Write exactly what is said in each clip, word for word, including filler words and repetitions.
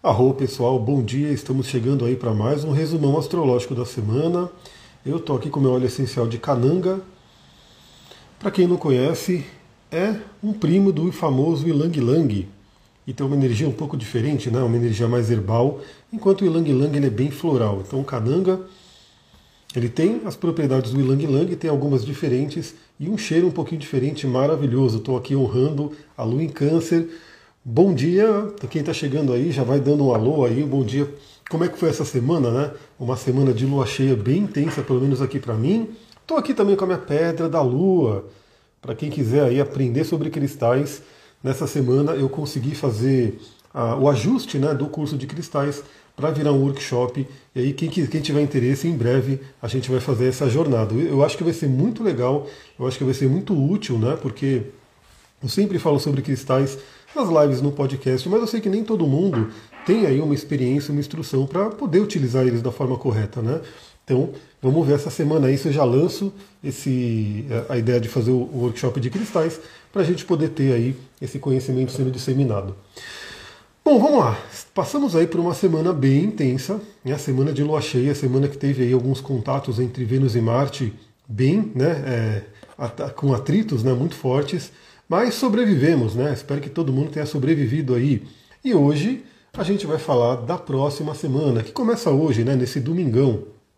Arro pessoal, bom dia, estamos chegando aí para mais um resumão astrológico da semana. Eu tô aqui com o meu óleo essencial de cananga. Para quem não conhece, é um primo do famoso Ylang Ylang e tem uma energia um pouco diferente, né? Uma energia mais herbal, enquanto o Ylang Ylang ele é bem floral. Então o cananga ele tem as propriedades do Ylang Ylang, tem algumas diferentes e um cheiro um pouquinho diferente, maravilhoso. Estou aqui honrando a lua em Câncer. Bom dia, quem está chegando aí já vai dando um alô aí, bom dia. Como é que foi essa semana, né? Uma semana de lua cheia bem intensa, pelo menos aqui para mim. Estou aqui também com a minha pedra da lua. Para quem quiser aí aprender sobre cristais, nessa semana eu consegui fazer ah, o ajuste, né, do curso de cristais para virar um workshop. E aí quem, quem tiver interesse, em breve a gente vai fazer essa jornada. Eu acho que vai ser muito legal, eu acho que vai ser muito útil, né? Porque eu sempre falo sobre cristais nas lives, no podcast, mas eu sei que nem todo mundo tem aí uma experiência, uma instrução para poder utilizar eles da forma correta, né? Então, vamos ver essa semana aí se eu já lanço esse, a ideia de fazer o workshop de cristais para a gente poder ter aí esse conhecimento sendo disseminado. Bom, vamos lá. Passamos aí por uma semana bem intensa, né? A semana de lua cheia, a semana que teve aí alguns contatos entre Vênus e Marte bem, né, é, com atritos, né, muito fortes. Mas sobrevivemos, né? Espero que todo mundo tenha sobrevivido aí. E hoje a gente vai falar da próxima semana, que começa hoje, né? Nesse domingão.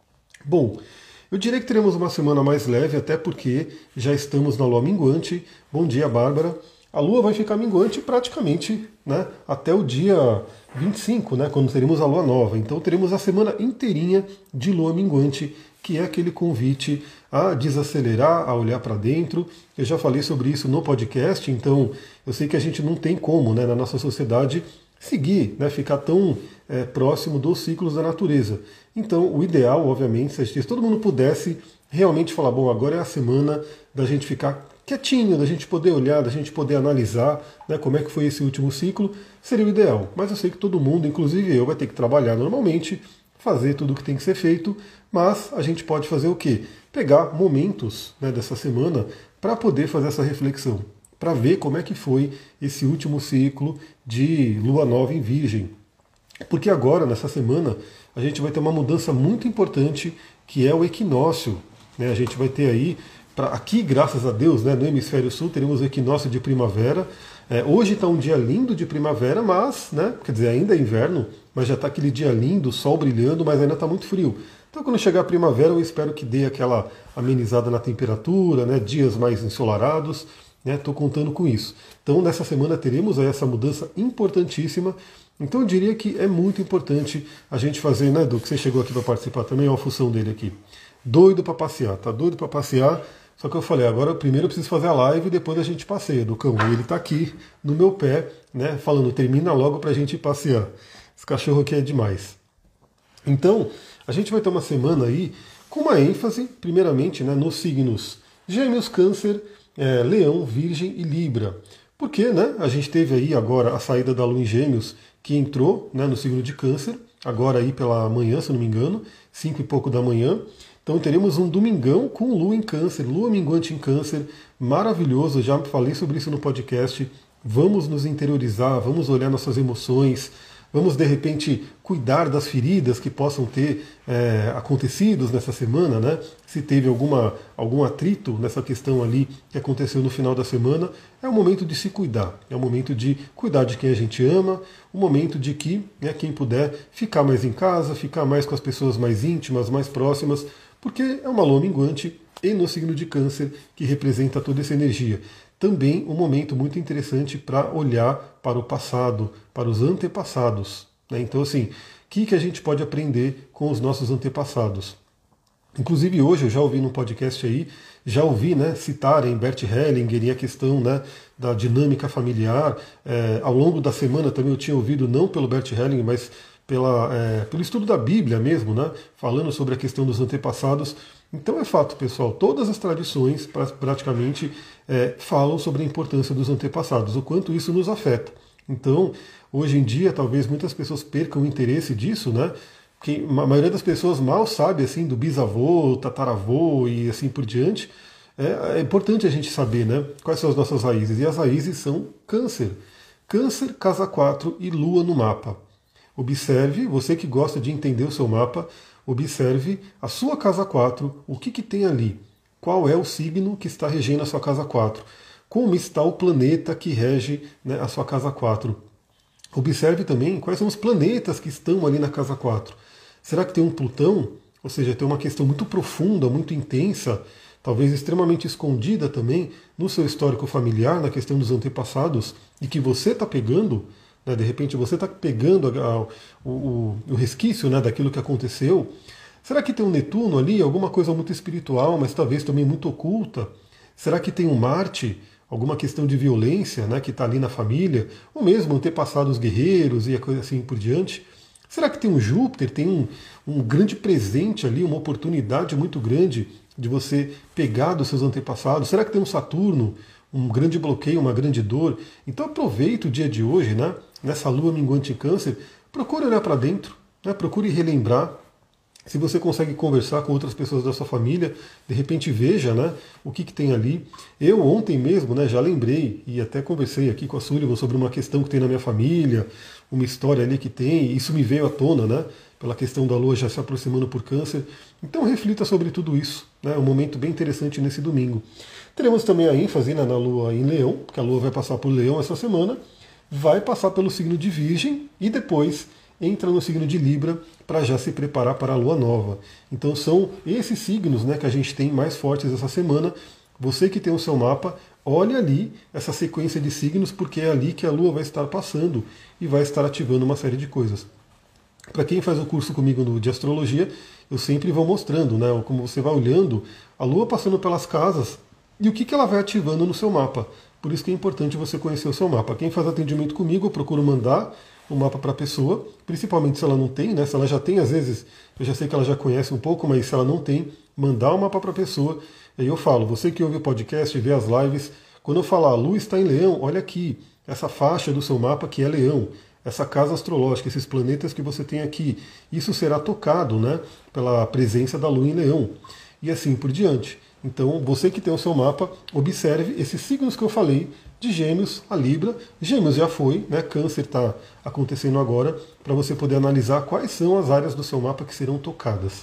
Bom, eu diria que teremos uma semana mais leve, até porque já estamos na lua minguante. Bom dia, Bárbara. A lua vai ficar minguante praticamente, né, até o dia vinte e cinco, né, quando teremos a lua nova. Então teremos a semana inteirinha de lua minguante, que é aquele convite a desacelerar, a olhar para dentro. Eu já falei sobre isso no podcast, então eu sei que a gente não tem como, né, na nossa sociedade, seguir, né, ficar tão é, próximo dos ciclos da natureza. Então o ideal, obviamente, se todo mundo pudesse realmente falar, bom, agora é a semana da gente ficar quietinho, da gente poder olhar, da gente poder analisar, né, como é que foi esse último ciclo, seria o ideal. Mas eu sei que todo mundo, inclusive eu, vai ter que trabalhar normalmente, fazer tudo o que tem que ser feito, mas a gente pode fazer o quê? Pegar momentos, né, dessa semana para poder fazer essa reflexão, para ver como é que foi esse último ciclo de lua nova em Virgem. Porque agora, nessa semana, a gente vai ter uma mudança muito importante, que é o equinócio. Né? A gente vai ter aí, pra, aqui, graças a Deus, né, no hemisfério sul, teremos o equinócio de primavera. É, hoje está um dia lindo de primavera, mas, né, quer dizer, ainda é inverno, mas já está aquele dia lindo, sol brilhando, mas ainda está muito frio. Então, quando chegar a primavera, eu espero que dê aquela amenizada na temperatura, né, dias mais ensolarados. Estou né, contando com isso. Então, nessa semana teremos aí essa mudança importantíssima. Então, eu diria que é muito importante a gente fazer, né, do que você chegou aqui para participar também, olha a função dele aqui. Doido para passear, tá doido para passear. Só que eu falei, agora primeiro eu preciso fazer a live e depois a gente passeia do cão. E ele está aqui no meu pé, né, falando, termina logo para a gente passear. Esse cachorro aqui é demais. Então, a gente vai ter uma semana aí com uma ênfase, primeiramente, né, nos signos Gêmeos, Câncer, é, Leão, Virgem e Libra. Porque, né, a gente teve aí agora a saída da Lua em Gêmeos, que entrou, né, no signo de Câncer, agora aí pela manhã, se não me engano, cinco e pouco da manhã. Então teremos um domingão com Lua em Câncer, Lua minguante em Câncer, maravilhoso, já falei sobre isso no podcast. Vamos nos interiorizar, vamos olhar nossas emoções, vamos de repente cuidar das feridas que possam ter é, acontecido nessa semana, né? Se teve alguma, algum atrito nessa questão ali que aconteceu no final da semana, é o momento de se cuidar, é o momento de cuidar de quem a gente ama, o momento de que, né, quem puder ficar mais em casa, ficar mais com as pessoas mais íntimas, mais próximas, porque é uma lua minguante e no signo de Câncer que representa toda essa energia. Também um momento muito interessante para olhar para o passado, para os antepassados. Né? Então, assim, o que, que a gente pode aprender com os nossos antepassados? Inclusive hoje eu já ouvi num podcast aí, já ouvi, né, citarem Bert Hellinger e a questão, né, da dinâmica familiar. É, ao longo da semana também eu tinha ouvido, não pelo Bert Hellinger, mas pela, é, pelo estudo da Bíblia mesmo, né, falando sobre a questão dos antepassados. Então é fato, pessoal, todas as tradições praticamente é, falam sobre a importância dos antepassados, o quanto isso nos afeta. Então, hoje em dia, talvez muitas pessoas percam o interesse disso, né? Que a maioria das pessoas mal sabe assim do bisavô, tataravô e assim por diante. É, é importante a gente saber, né, quais são as nossas raízes. E as raízes são Câncer. Câncer, casa quatro e Lua no mapa. Observe, você que gosta de entender o seu mapa, observe a sua casa quatro, o que, que tem ali, qual é o signo que está regendo a sua casa quatro, como está o planeta que rege, né, a sua casa quatro. Observe também quais são os planetas que estão ali na casa quatro. Será que tem um Plutão? Ou seja, tem uma questão muito profunda, muito intensa, talvez extremamente escondida também no seu histórico familiar, na questão dos antepassados, e que você está pegando, né, de repente você está pegando a, a, o, o resquício, né, daquilo que aconteceu. Será que tem um Netuno ali, alguma coisa muito espiritual, mas talvez também muito oculta? Será que tem um Marte, alguma questão de violência, né, que está ali na família, ou mesmo antepassados guerreiros e a coisa assim por diante? Será que tem um Júpiter, tem um, um grande presente ali, uma oportunidade muito grande de você pegar dos seus antepassados? Será que tem um Saturno, um grande bloqueio, uma grande dor? Então aproveita o dia de hoje, né, nessa lua minguante em Câncer, procure olhar para dentro, né, procure relembrar. Se você consegue conversar com outras pessoas da sua família, de repente veja, né, o que, que tem ali. Eu ontem mesmo, né, já lembrei e até conversei aqui com a Sullivan sobre uma questão que tem na minha família, uma história ali que tem, isso me veio à tona, né, pela questão da Lua já se aproximando por Câncer. Então reflita sobre tudo isso, né, um momento bem interessante nesse domingo. Teremos também a ênfase, né, na Lua em Leão, porque a Lua vai passar por Leão essa semana, vai passar pelo signo de Virgem e depois entra no signo de Libra para já se preparar para a Lua Nova. Então são esses signos, né, que a gente tem mais fortes essa semana. Você que tem o seu mapa, olhe ali essa sequência de signos, porque é ali que a Lua vai estar passando e vai estar ativando uma série de coisas. Para quem faz o curso comigo no, de astrologia, eu sempre vou mostrando, né, como você vai olhando a Lua passando pelas casas e o que, que ela vai ativando no seu mapa. Por isso que é importante você conhecer o seu mapa. Quem faz atendimento comigo, eu procuro mandar o mapa para a pessoa, principalmente se ela não tem, né? Se ela já tem, às vezes, eu já sei que ela já conhece um pouco, mas se ela não tem, mandar o mapa para a pessoa. E aí eu falo, você que ouve o podcast, vê as lives, quando eu falar, a Lua está em Leão, olha aqui, essa faixa do seu mapa que é Leão, essa casa astrológica, esses planetas que você tem aqui, isso será tocado, né, pela presença da Lua em Leão. E assim por diante. Então, você que tem o seu mapa, observe esses signos que eu falei, de Gêmeos a Libra. Gêmeos já foi, né? Câncer está acontecendo agora, para você poder analisar quais são as áreas do seu mapa que serão tocadas.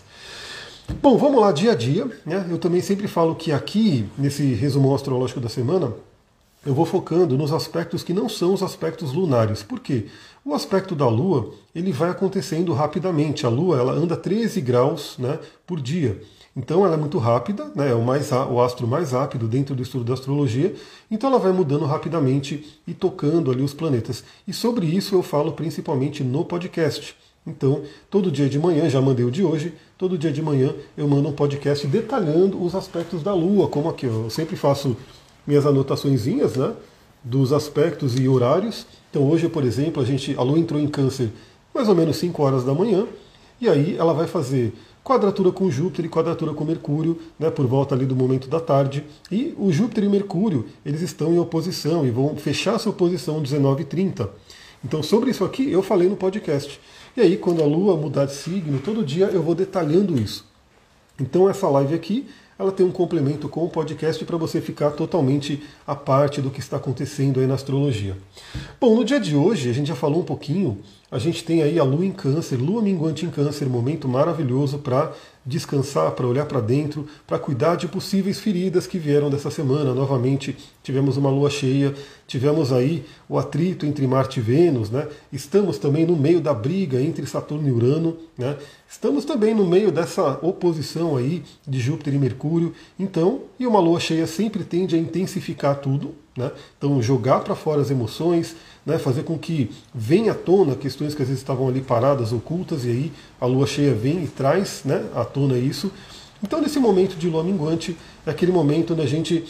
Bom, vamos lá, dia a dia. Né? Eu também sempre falo que aqui, nesse resumão astrológico da semana, eu vou focando nos aspectos que não são os aspectos lunares. Por quê? O aspecto da Lua, ele vai acontecendo rapidamente. A Lua, ela anda treze graus, né, por dia. Então ela é muito rápida, né, é o, mais, o astro mais rápido dentro do estudo da astrologia, então ela vai mudando rapidamente e tocando ali os planetas. E sobre isso eu falo principalmente no podcast. Então, todo dia de manhã, já mandei o de hoje, todo dia de manhã eu mando um podcast detalhando os aspectos da Lua, como aqui, eu sempre faço minhas anotaçõezinhas, né, dos aspectos e horários. Então hoje, por exemplo, a, gente, a Lua entrou em Câncer mais ou menos cinco horas da manhã, e aí ela vai fazer quadratura com Júpiter e quadratura com Mercúrio, né, por volta ali do momento da tarde. E o Júpiter e o Mercúrio, eles estão em oposição e vão fechar essa oposição às dezenove e trinta. Então, sobre isso aqui, eu falei no podcast. E aí, quando a Lua mudar de signo, todo dia eu vou detalhando isso. Então, essa live aqui, ela tem um complemento com o podcast para você ficar totalmente a parte do que está acontecendo aí na astrologia. Bom, no dia de hoje, a gente já falou um pouquinho, a gente tem aí a Lua em Câncer, Lua minguante em Câncer, momento maravilhoso para descansar, para olhar para dentro, para cuidar de possíveis feridas que vieram dessa semana. Novamente, tivemos uma lua cheia, tivemos aí o atrito entre Marte e Vênus, né? Estamos também no meio da briga entre Saturno e Urano, né? Estamos também no meio dessa oposição aí de Júpiter e Mercúrio. Então, e uma lua cheia sempre tende a intensificar tudo, né? Então, jogar para fora as emoções, né, fazer com que venha à tona questões que às vezes estavam ali paradas, ocultas, e aí a lua cheia vem e traz, né, à tona isso. Então, nesse momento de lua minguante, é aquele momento onde a gente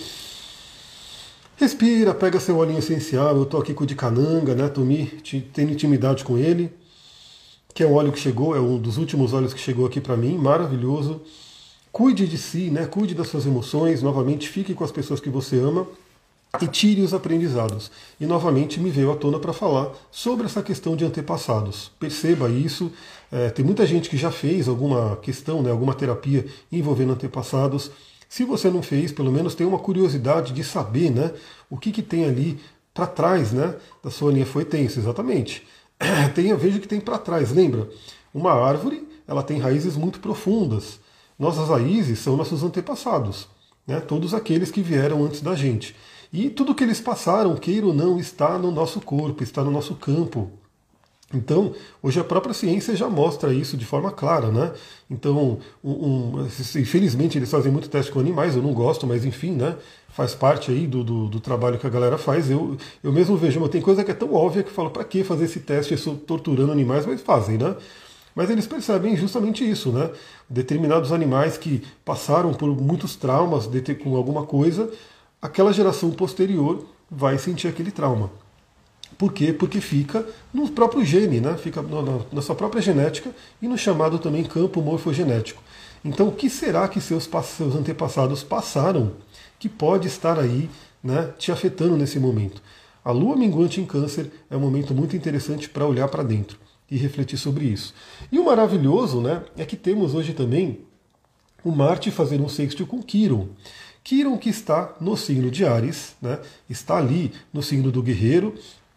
respira, pega seu olhinho essencial. Eu estou aqui com o de Cananga, né, tô me, tendo intimidade com ele, que é um óleo que chegou, é um dos últimos óleos que chegou aqui para mim, maravilhoso. Cuide de si, né, cuide das suas emoções, novamente fique com as pessoas que você ama, e tire os aprendizados. E novamente me veio à tona para falar sobre essa questão de antepassados. Perceba isso, é, tem muita gente que já fez alguma questão, né, alguma terapia envolvendo antepassados. Se você não fez, pelo menos tem uma curiosidade de saber, né, o que, que tem ali para trás, né, da sua linha. Foi tenso, exatamente. tem, veja o que tem para trás. Lembra? Uma árvore, ela tem raízes muito profundas. Nossas raízes são nossos antepassados, né? Todos aqueles que vieram antes da gente. E tudo que eles passaram, queira ou não, está no nosso corpo, está no nosso campo. Então, hoje a própria ciência já mostra isso de forma clara, né? Então, um, um, infelizmente eles fazem muito teste com animais, eu não gosto, mas enfim, né? Faz parte aí do, do, do trabalho que a galera faz. Eu, eu mesmo vejo, mas tem coisa que é tão óbvia que eu falo, para que fazer esse teste torturando animais? Mas fazem, né? Mas eles percebem justamente isso, né? Determinados animais que passaram por muitos traumas com alguma coisa, aquela geração posterior vai sentir aquele trauma. Por quê? Porque fica no próprio gene, né? Fica na sua própria genética e no chamado também campo morfogenético. Então, o que será que seus, seus antepassados passaram que pode estar aí, né, te afetando nesse momento? A lua minguante em Câncer é um momento muito interessante para olhar para dentro e refletir sobre isso. E o maravilhoso, né, é que temos hoje também o Marte fazendo um sextil com Quiron. Quiron que está no signo de Áries, né, está ali no signo do guerreiro,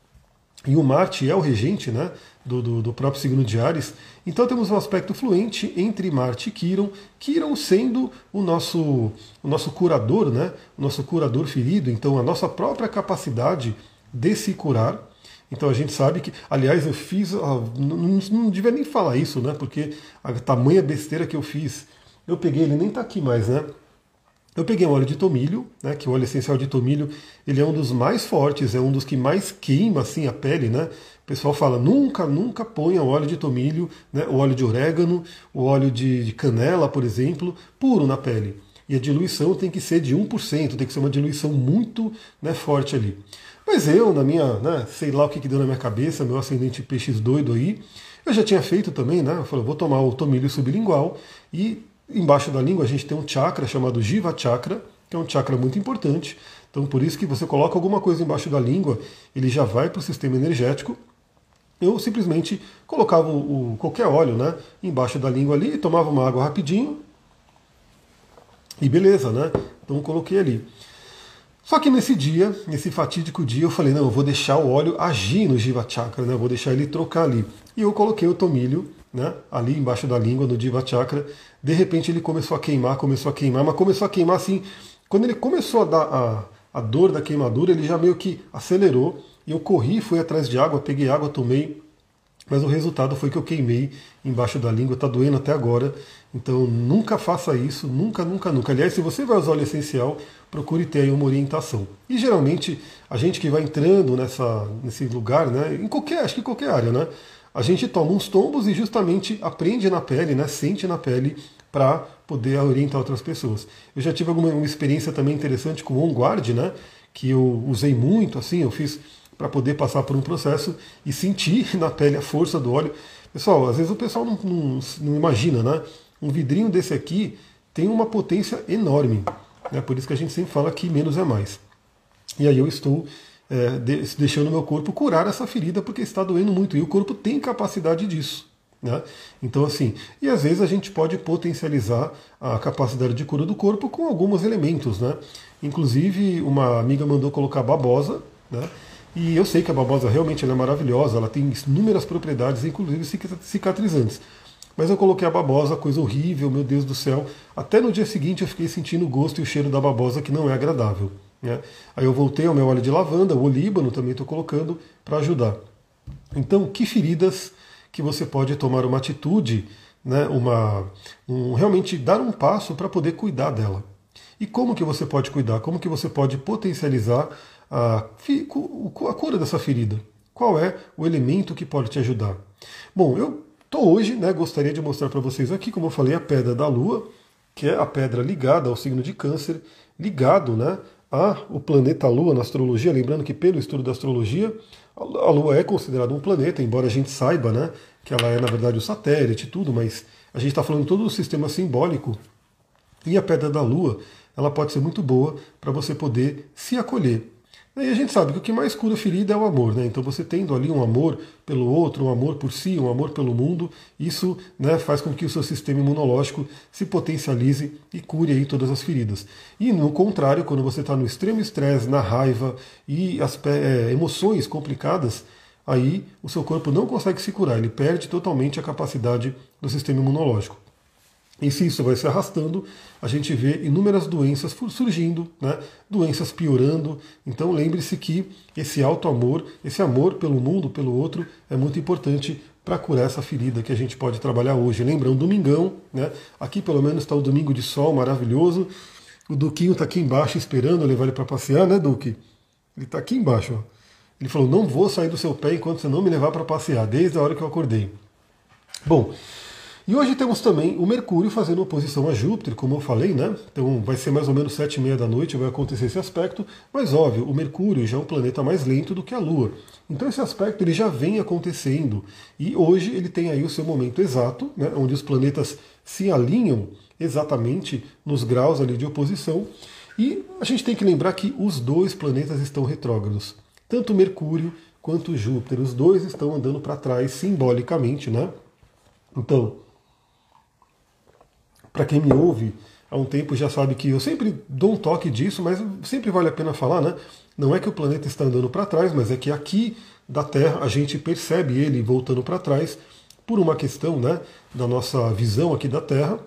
e o Marte é o regente, né, do, do, do próprio signo de Áries. Então temos um aspecto fluente entre Marte e Quiron, Quiron sendo o nosso, o nosso curador, né, o nosso curador ferido, então a nossa própria capacidade de se curar. Então a gente sabe que, aliás, eu fiz, ah, não, não devia nem falar isso, né, porque a tamanha besteira que eu fiz, eu peguei, ele nem está aqui mais, né, eu peguei um óleo de tomilho, né, que o óleo essencial de tomilho, ele é um dos mais fortes, é um dos que mais queima assim a pele, né? O pessoal fala, nunca, nunca ponha o óleo de tomilho, né, o óleo de orégano, o óleo de, de canela, por exemplo, puro na pele. E a diluição tem que ser de um por cento, tem que ser uma diluição muito, né, forte ali. Mas eu, na minha, né, sei lá o que, que deu na minha cabeça, meu ascendente peixes doido aí, eu já tinha feito também, né? Eu falei, vou tomar o tomilho sublingual e embaixo da língua a gente tem um chakra chamado Jiva Chakra, que é um chakra muito importante. Então por isso que você coloca alguma coisa embaixo da língua, ele já vai para o sistema energético. Eu simplesmente colocava o, o, qualquer óleo, né, embaixo da língua ali, tomava uma água rapidinho e beleza, né? Então coloquei ali. Só que nesse dia, nesse fatídico dia, eu falei, não, eu vou deixar o óleo agir no Jiva Chakra, né? Eu vou deixar ele trocar ali. E eu coloquei o tomilho, né, ali embaixo da língua, no Jiva Chakra. De repente ele começou a queimar, começou a queimar, mas começou a queimar assim. Quando ele começou a dar a, a dor da queimadura, ele já meio que acelerou. E eu corri, fui atrás de água, peguei água, tomei. Mas o resultado foi que eu queimei embaixo da língua, está doendo até agora. Então nunca faça isso, nunca, nunca, nunca. Aliás, se você vai usar óleo essencial, procure ter aí uma orientação. E geralmente a gente que vai entrando nessa, nesse lugar, né, em qualquer, acho que em qualquer área, né, a gente toma uns tombos e justamente aprende na pele, né, sente na pele para poder orientar outras pessoas. Eu já tive alguma uma experiência também interessante com o On Guard, né, que eu usei muito, assim, eu fiz para poder passar por um processo e sentir na pele a força do óleo. Pessoal, às vezes o pessoal não, não, não imagina, né? Um vidrinho desse aqui tem uma potência enorme, né? Por isso que a gente sempre fala que menos é mais. E aí eu estou é, deixando o meu corpo curar essa ferida porque está doendo muito e o corpo tem capacidade disso, né? Então assim, e às vezes a gente pode potencializar a capacidade de cura do corpo com alguns elementos, né? Inclusive uma amiga mandou colocar babosa, né? E eu sei que a babosa realmente ela é maravilhosa, ela tem inúmeras propriedades, inclusive cicatrizantes. Mas eu coloquei a babosa, coisa horrível, meu Deus do céu. Até no dia seguinte eu fiquei sentindo o gosto e o cheiro da babosa que não é agradável, né? Aí eu voltei ao meu óleo de lavanda, o olíbano também estou colocando para ajudar. Então, que feridas que você pode tomar uma atitude, né, uma, um, realmente dar um passo para poder cuidar dela. E como que você pode cuidar? Como que você pode potencializar a, a cura dessa ferida? Qual é o elemento que pode te ajudar? Bom, eu estou hoje, né, gostaria de mostrar para vocês aqui, como eu falei, a pedra da Lua, que é a pedra ligada ao signo de Câncer, ligado, né, ao planeta Lua na astrologia, lembrando que pelo estudo da astrologia, a Lua é considerada um planeta, embora a gente saiba, né, que ela é na verdade o satélite e tudo, mas a gente está falando todo o sistema simbólico, e a pedra da Lua, ela pode ser muito boa para você poder se acolher. E a gente sabe que o que mais cura ferida é o amor, né? Então você tendo ali um amor pelo outro, um amor por si, um amor pelo mundo, isso, né, faz com que o seu sistema imunológico se potencialize e cure aí todas as feridas. E no contrário, quando você está no extremo estresse, na raiva e as é, emoções complicadas, aí o seu corpo não consegue se curar, ele perde totalmente a capacidade do sistema imunológico. E se isso vai se arrastando, a gente vê inúmeras doenças surgindo, né? Doenças piorando. Então lembre-se que esse alto amor, esse amor pelo mundo, pelo outro, é muito importante para curar essa ferida que a gente pode trabalhar hoje. Lembra, um domingão, né? Aqui pelo menos está o domingo de sol maravilhoso. O Duquinho está aqui embaixo esperando eu levar ele para passear, né, Duque? Ele está aqui embaixo. Ó. Ele falou, não vou sair do seu pé enquanto você não me levar para passear, desde a hora que eu acordei. Bom, e hoje temos também o Mercúrio fazendo oposição a Júpiter, como eu falei, né? Então vai ser mais ou menos sete e meia da noite, vai acontecer esse aspecto, mas óbvio, o Mercúrio já é um planeta mais lento do que a Lua. Então esse aspecto ele já vem acontecendo e hoje ele tem aí o seu momento exato, né? Onde os planetas se alinham exatamente nos graus ali de oposição. E a gente tem que lembrar que os dois planetas estão retrógrados, tanto Mercúrio quanto Júpiter, os dois estão andando para trás simbolicamente, né? Então, para quem me ouve há um tempo já sabe que eu sempre dou um toque disso, mas sempre vale a pena falar, né? Não é que o planeta está andando para trás, mas é que aqui da Terra a gente percebe ele voltando para trás por uma questão, né, da nossa visão aqui da Terra,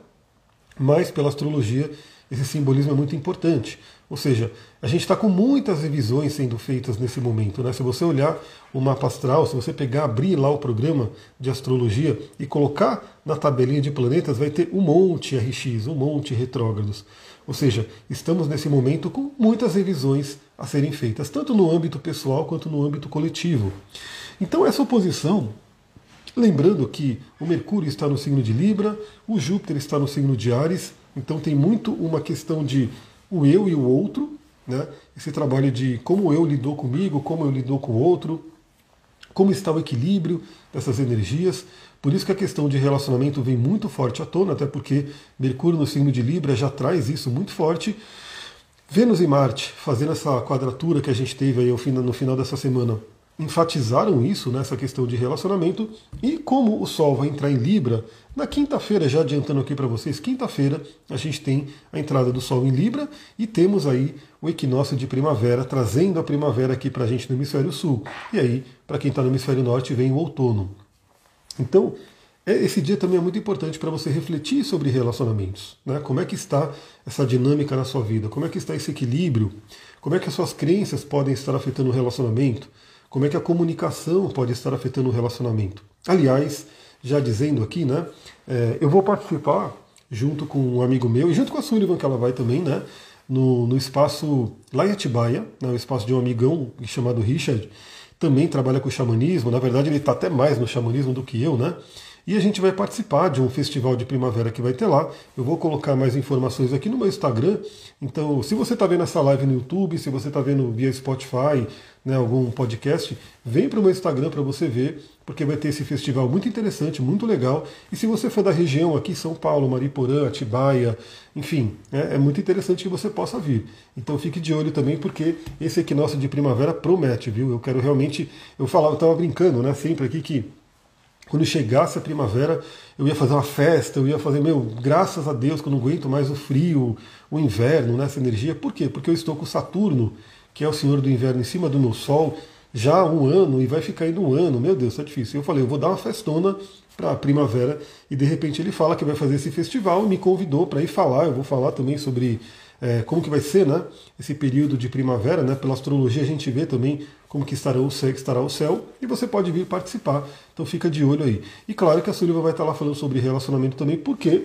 mas pela astrologia esse simbolismo é muito importante. Ou seja, a gente está com muitas revisões sendo feitas nesse momento, né? Se você olhar o mapa astral, se você pegar, abrir lá o programa de astrologia e colocar na tabelinha de planetas, vai ter um monte R X, um monte retrógrados. Ou seja, estamos nesse momento com muitas revisões a serem feitas, tanto no âmbito pessoal quanto no âmbito coletivo. Então essa oposição, lembrando que o Mercúrio está no signo de Libra, o Júpiter está no signo de Áries, então tem muito uma questão de o eu e o outro, né? Esse trabalho de como eu lidou comigo, como eu lidou com o outro, como está o equilíbrio dessas energias. Por isso que a questão de relacionamento vem muito forte à tona, até porque Mercúrio no signo de Libra já traz isso muito forte. Vênus e Marte, fazendo essa quadratura que a gente teve aí no final dessa semana, enfatizaram isso, nessa questão de relacionamento, e como o Sol vai entrar em Libra, na quinta-feira, já adiantando aqui para vocês, quinta-feira a gente tem a entrada do Sol em Libra e temos aí o equinócio de primavera, trazendo a primavera aqui para a gente no hemisfério sul. E aí, para quem está no hemisfério norte, vem o outono. Então, esse dia também é muito importante para você refletir sobre relacionamentos, né? Como é que está essa dinâmica na sua vida? Como é que está esse equilíbrio? Como é que as suas crenças podem estar afetando o relacionamento? Como é que a comunicação pode estar afetando o relacionamento? Aliás, já dizendo aqui, né, é, eu vou participar junto com um amigo meu, e junto com a Sullivan, que ela vai também, né, no, no espaço lá em Atibaia, né, o espaço de um amigão chamado Richard, também trabalha com xamanismo, na verdade ele está até mais no xamanismo do que eu, né? E a gente vai participar de um festival de primavera que vai ter lá. Eu vou colocar mais informações aqui no meu Instagram. Então, se você está vendo essa live no YouTube, se você está vendo via Spotify, né, algum podcast, vem para o meu Instagram para você ver, porque vai ter esse festival muito interessante, muito legal. E se você for da região aqui, São Paulo, Mariporã, Atibaia, enfim, é, é muito interessante que você possa vir. Então fique de olho também, porque esse equinócio de primavera promete, viu? Eu quero realmente... Eu falava, eu estava brincando, né, sempre aqui que quando chegasse a primavera, eu ia fazer uma festa, eu ia fazer, meu, graças a Deus que eu não aguento mais o frio, o inverno, né, essa energia. Por quê? Porque eu estou com Saturno, que é o senhor do inverno, em cima do meu Sol, já há um ano, e vai ficar indo um ano. Meu Deus, tá difícil. Eu falei, eu vou dar uma festona para a primavera, e de repente ele fala que vai fazer esse festival, e me convidou para ir falar. Eu vou falar também sobre é, como que vai ser, né, esse período de primavera, né, pela astrologia a gente vê também como que estará o céu, estará o céu, e você pode vir participar, então fica de olho aí. E claro que a Sullivan vai estar lá falando sobre relacionamento também, porque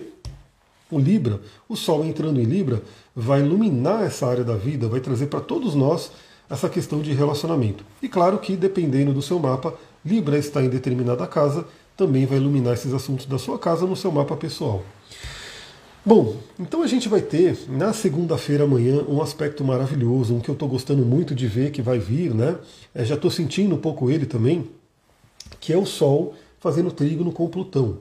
o Libra, o Sol entrando em Libra, vai iluminar essa área da vida, vai trazer para todos nós essa questão de relacionamento. E claro que, dependendo do seu mapa, Libra está em determinada casa, também vai iluminar esses assuntos da sua casa no seu mapa pessoal. Bom, então a gente vai ter na segunda-feira amanhã um aspecto maravilhoso, um que eu estou gostando muito de ver que vai vir, né? É, já estou sentindo um pouco ele também, que é o Sol fazendo trígono com Plutão.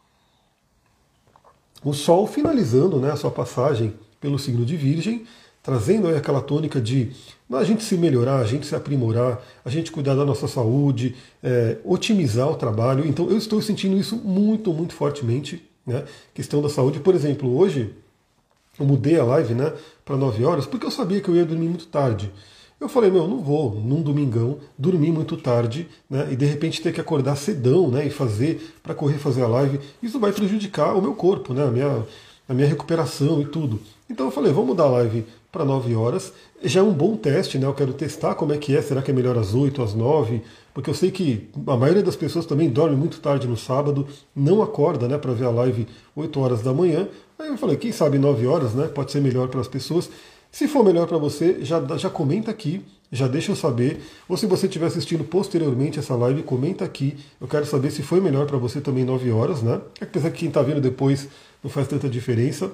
O Sol finalizando, né, a sua passagem pelo signo de Virgem, trazendo aí aquela tônica de a gente se melhorar, a gente se aprimorar, a gente cuidar da nossa saúde, é, otimizar o trabalho. Então eu estou sentindo isso muito, muito fortemente. Né? Questão da saúde, por exemplo, hoje eu mudei a live, né, para nove horas porque eu sabia que eu ia dormir muito tarde. Eu falei, meu, não vou, num domingão, dormir muito tarde, né, e de repente ter que acordar cedão, né, e fazer, para correr fazer a live, isso vai prejudicar o meu corpo, né, a minha, a minha recuperação e tudo. Então eu falei, vamos mudar a live para nove horas, já é um bom teste, né, eu quero testar como é que é, será que é melhor às oito, às nove, porque eu sei que a maioria das pessoas também dorme muito tarde no sábado, não acorda, né, para ver a live oito horas da manhã. Aí eu falei, quem sabe nove horas, né, pode ser melhor para as pessoas. Se for melhor para você, já, já comenta aqui, já deixa eu saber. Ou se você estiver assistindo posteriormente essa live, comenta aqui. Eu quero saber se foi melhor para você também nove horas, né? Apesar que quem está vendo depois não faz tanta diferença.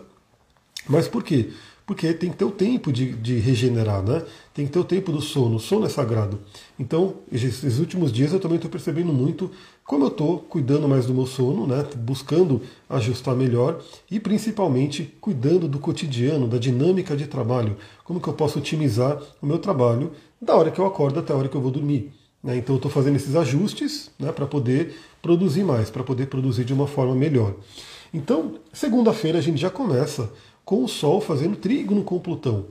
Mas por quê? Porque tem que ter o tempo de, de regenerar, né? Tem que ter o tempo do sono. O sono é sagrado. Então, esses últimos dias eu também estou percebendo muito como eu estou cuidando mais do meu sono, né? Buscando ajustar melhor e principalmente cuidando do cotidiano, da dinâmica de trabalho. Como que eu posso otimizar o meu trabalho da hora que eu acordo até a hora que eu vou dormir. Né? Então eu estou fazendo esses ajustes, né, para poder produzir mais, para poder produzir de uma forma melhor. Então, segunda-feira a gente já começa com o Sol fazendo trígono com Plutão.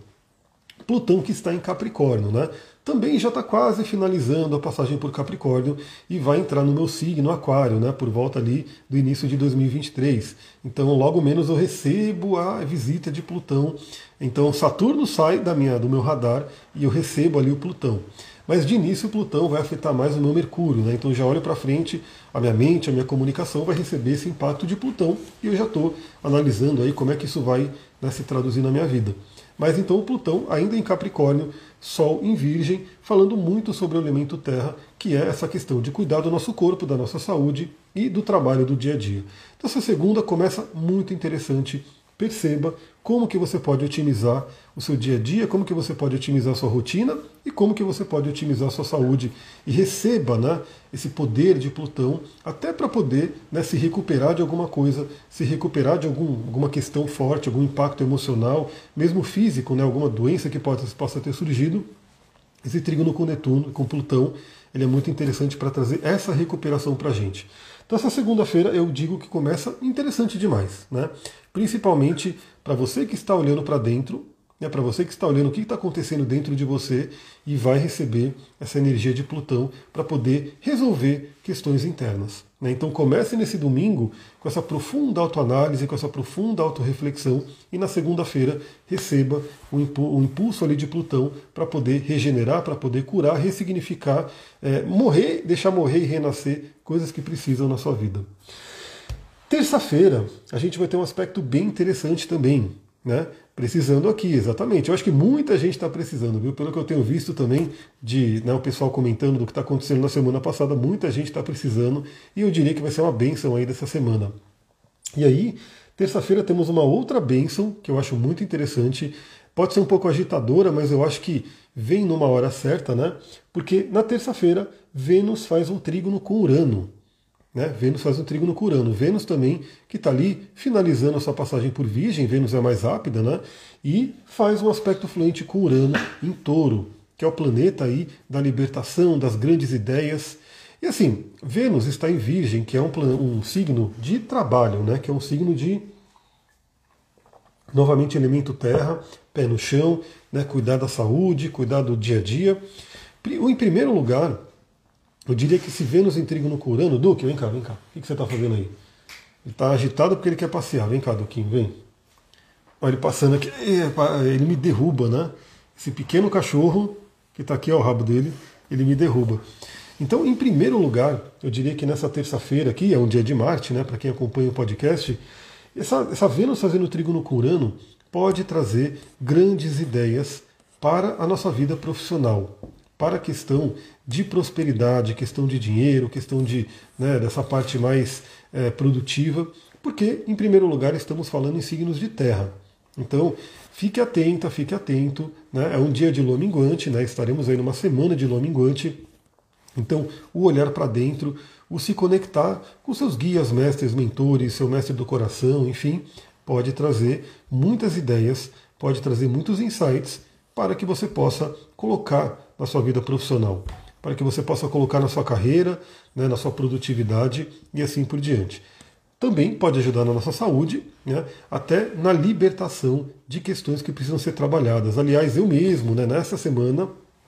Plutão que está em Capricórnio, né? Também já está quase finalizando a passagem por Capricórnio e vai entrar no meu signo Aquário, né? Por volta ali do início de dois mil e vinte e três. Então, logo menos eu recebo a visita de Plutão. Então, Saturno sai da minha, do meu radar e eu recebo ali o Plutão. Mas de início o Plutão vai afetar mais o meu Mercúrio, né? Então já olho para frente, a minha mente, a minha comunicação vai receber esse impacto de Plutão e eu já estou analisando aí como é que isso vai, né, se traduzir na minha vida. Mas então o Plutão ainda em Capricórnio, Sol em Virgem, falando muito sobre o elemento Terra, que é essa questão de cuidar do nosso corpo, da nossa saúde e do trabalho do dia a dia. Então essa segunda começa muito interessante. Perceba como que você pode otimizar o seu dia a dia, como que você pode otimizar a sua rotina e como que você pode otimizar a sua saúde. E receba, né, esse poder de Plutão até para poder, né, se recuperar de alguma coisa, se recuperar de algum, alguma questão forte, algum impacto emocional, mesmo físico, né, alguma doença que possa, possa ter surgido. Esse trígono com Netuno, com Plutão, ele é muito interessante para trazer essa recuperação para a gente. Então essa segunda-feira eu digo que começa interessante demais, né? Principalmente para você que está olhando para dentro, né? Para você que está olhando o que está acontecendo dentro de você e vai receber essa energia de Plutão para poder resolver questões internas. Né? Então comece nesse domingo com essa profunda autoanálise, com essa profunda autorreflexão e na segunda-feira receba o impulso ali de Plutão para poder regenerar, para poder curar, ressignificar, é, morrer, deixar morrer e renascer coisas que precisam na sua vida. Terça-feira a gente vai ter um aspecto bem interessante também, né? Precisando aqui, exatamente. Eu acho que muita gente está precisando, viu? Pelo que eu tenho visto também, de, né, o pessoal comentando do que está acontecendo na semana passada, muita gente está precisando e eu diria que vai ser uma bênção aí dessa semana. E aí, terça-feira temos uma outra bênção que eu acho muito interessante. Pode ser um pouco agitadora, mas eu acho que vem numa hora certa, né? Porque na terça-feira, Vênus faz um trígono com Urano. Né? Vênus faz um trígono com Urano. Vênus também, que está ali finalizando a sua passagem por Virgem, Vênus é mais rápida, né? E faz um aspecto fluente com Urano em Touro, que é o planeta aí da libertação, das grandes ideias. E assim, Vênus está em Virgem, que é um, um signo de trabalho, né? Que é um signo de, novamente, elemento terra, pé no chão, né? Cuidar da saúde, cuidar do dia a dia. Em primeiro lugar, eu diria que se Vênus em trígono com Urano... Duque, vem cá, vem cá. O que você está fazendo aí? Ele está agitado porque ele quer passear. Vem cá, Duquinho, vem. Olha ele passando aqui. Ele me derruba, né? Esse pequeno cachorro que está aqui ao rabo dele, ele me derruba. Então, em primeiro lugar, eu diria que nessa terça-feira aqui, é um dia de Marte, né? Para quem acompanha o podcast, essa, essa Vênus fazendo trígono com Urano pode trazer grandes ideias para a nossa vida profissional, para a questão de prosperidade, questão de dinheiro, questão de, né, dessa parte mais é, produtiva, porque, em primeiro lugar, estamos falando em signos de terra. Então, fique atenta, fique atento. Né, é um dia de lua minguante, né, estaremos aí numa semana de lua minguante. Então, o olhar para dentro, o se conectar com seus guias, mestres, mentores, seu mestre do coração, enfim, pode trazer muitas ideias, pode trazer muitos insights para que você possa colocar na sua vida profissional, para que você possa colocar na sua carreira, né, na sua produtividade e assim por diante. Também pode ajudar na nossa saúde, né, até na libertação de questões que precisam ser trabalhadas. Aliás, eu mesmo, né, nessa semana,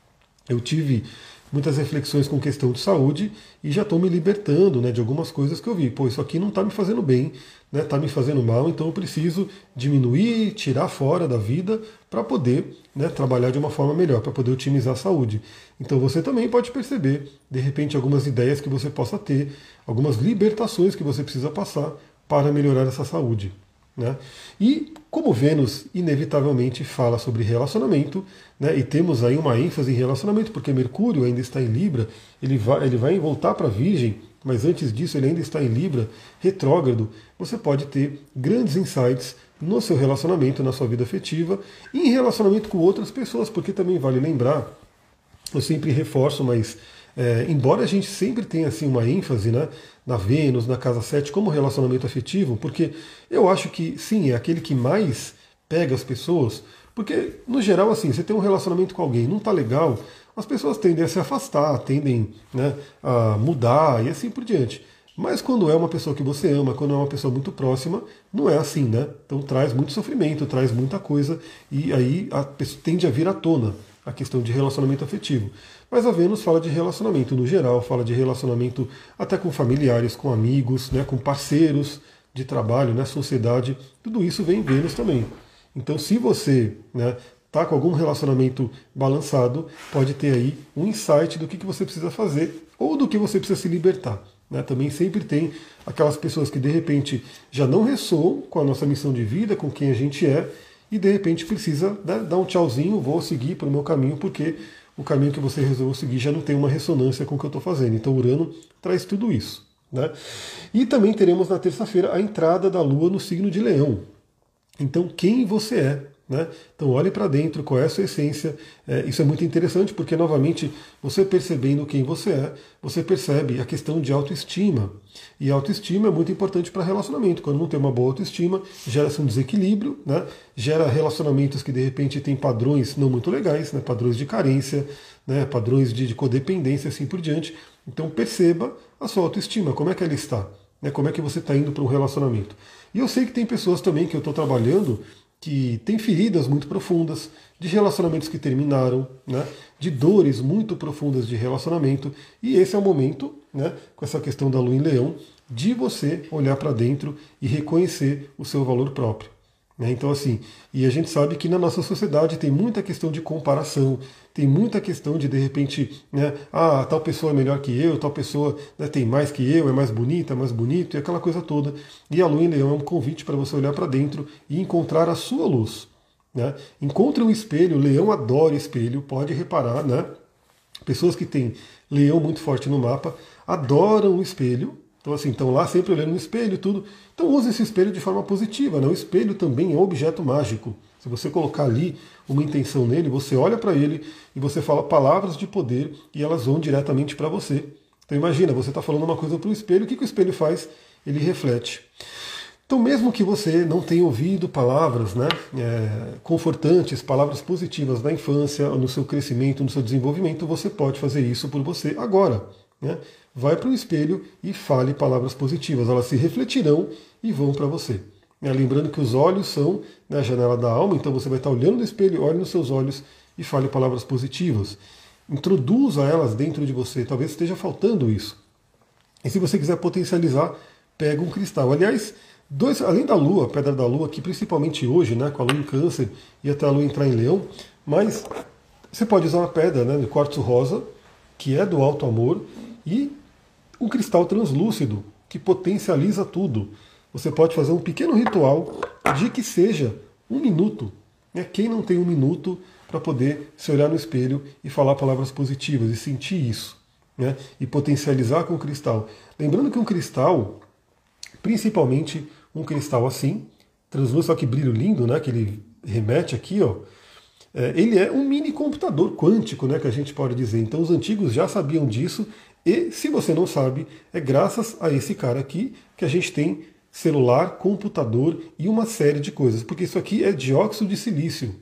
Eu tive muitas reflexões com questão de saúde e já estou me libertando, né, de algumas coisas que eu vi. Pô, isso aqui não está me fazendo bem, né, está me fazendo mal, então eu preciso diminuir, tirar fora da vida para poder, né, trabalhar de uma forma melhor, para poder otimizar a saúde. Então você também pode perceber, de repente, algumas ideias que você possa ter, algumas libertações que você precisa passar para melhorar essa saúde. Né? E como Vênus inevitavelmente fala sobre relacionamento, né, e temos aí uma ênfase em relacionamento, porque Mercúrio ainda está em Libra, ele vai, ele vai voltar para Virgem, mas antes disso ele ainda está em Libra, retrógrado, você pode ter grandes insights no seu relacionamento, na sua vida afetiva, e em relacionamento com outras pessoas, porque também vale lembrar, eu sempre reforço, mas é, embora a gente sempre tenha assim, uma ênfase, né, na Vênus, na casa sete, como relacionamento afetivo, porque eu acho que sim, é aquele que mais pega as pessoas, porque no geral assim, você tem um relacionamento com alguém, não está legal, as pessoas tendem a se afastar, tendem, né, a mudar e assim por diante. Mas quando é uma pessoa que você ama, quando é uma pessoa muito próxima, não é assim, né? Então traz muito sofrimento, traz muita coisa, e aí a pessoa tende a vir à tona a questão de relacionamento afetivo. Mas a Vênus fala de relacionamento no geral, fala de relacionamento até com familiares, com amigos, né, com parceiros de trabalho, né, sociedade, tudo isso vem em Vênus também. Então se você, né, tá com algum relacionamento balançado, pode ter aí um insight do que, que você precisa fazer ou do que você precisa se libertar. Né? Também sempre tem aquelas pessoas que de repente já não ressoam com a nossa missão de vida, com quem a gente é, e de repente precisa, né, dar um tchauzinho, vou seguir para o meu caminho, porque o caminho que você resolveu seguir já não tem uma ressonância com o que eu estou fazendo. Então Urano traz tudo isso. Né? E também teremos na terça-feira a entrada da Lua no signo de Leão. Então quem você é? Né? Então olhe para dentro, qual é a sua essência. É, isso é muito interessante porque, novamente, você percebendo quem você é, você percebe a questão de autoestima. E autoestima é muito importante para relacionamento. Quando não tem uma boa autoestima, gera-se um desequilíbrio, né? Gera relacionamentos que de repente têm padrões não muito legais, né? Padrões de carência, né? Padrões de, de codependência, assim por diante. Então perceba a sua autoestima, como é que ela está, né? Como é que você está indo para um relacionamento. E eu sei que tem pessoas também que eu estou trabalhando que tem feridas muito profundas, de relacionamentos que terminaram, né, de dores muito profundas de relacionamento, e esse é o momento, né, com essa questão da Lua em Leão, de você olhar para dentro e reconhecer o seu valor próprio. Né? Então, assim, e a gente sabe que na nossa sociedade tem muita questão de comparação, tem muita questão de, de repente, né, ah, tal pessoa é melhor que eu, tal pessoa, né, tem mais que eu, é mais bonita, é mais bonito, e aquela coisa toda. E a Lua em Leão é um convite para você olhar para dentro e encontrar a sua luz. Né? Encontre um espelho, o Leão adora espelho, pode reparar, né? Pessoas que têm Leão muito forte no mapa adoram o espelho. Então, assim, estão lá sempre olhando no espelho e tudo. Então, use esse espelho de forma positiva. Né? O espelho também é um objeto mágico. Se você colocar ali uma intenção nele, você olha para ele e você fala palavras de poder e elas vão diretamente para você. Então, imagina, você está falando uma coisa para o espelho, o que, que o espelho faz? Ele reflete. Então, mesmo que você não tenha ouvido palavras, né, é, confortantes, palavras positivas na infância, no seu crescimento, no seu desenvolvimento, você pode fazer isso por você agora. Né? Vai para o espelho e fale palavras positivas, elas se refletirão e vão para você. Né? Lembrando que os olhos são, né, a janela da alma, então você vai estar olhando no espelho, olhe nos seus olhos e fale palavras positivas. Introduza elas dentro de você, talvez esteja faltando isso. E se você quiser potencializar, pega um cristal. Aliás, dois, além da Lua, a pedra da Lua, que principalmente hoje, né, com a Lua em Câncer e até a Lua entrar em Leão, mas você pode usar uma pedra, né, de quartzo rosa, que é do alto amor, e um cristal translúcido, que potencializa tudo. Você pode fazer um pequeno ritual de que seja um minuto. Né? Quem não tem um minuto para poder se olhar no espelho e falar palavras positivas e sentir isso, né? E potencializar com o cristal. Lembrando que um cristal, principalmente um cristal assim, translúcido, que brilho lindo, né? Que ele remete aqui, ó. É, ele é um mini computador quântico, né? Que a gente pode dizer. Então os antigos já sabiam disso. E se você não sabe, é graças a esse cara aqui que a gente tem celular, computador e uma série de coisas, porque isso aqui é dióxido de silício.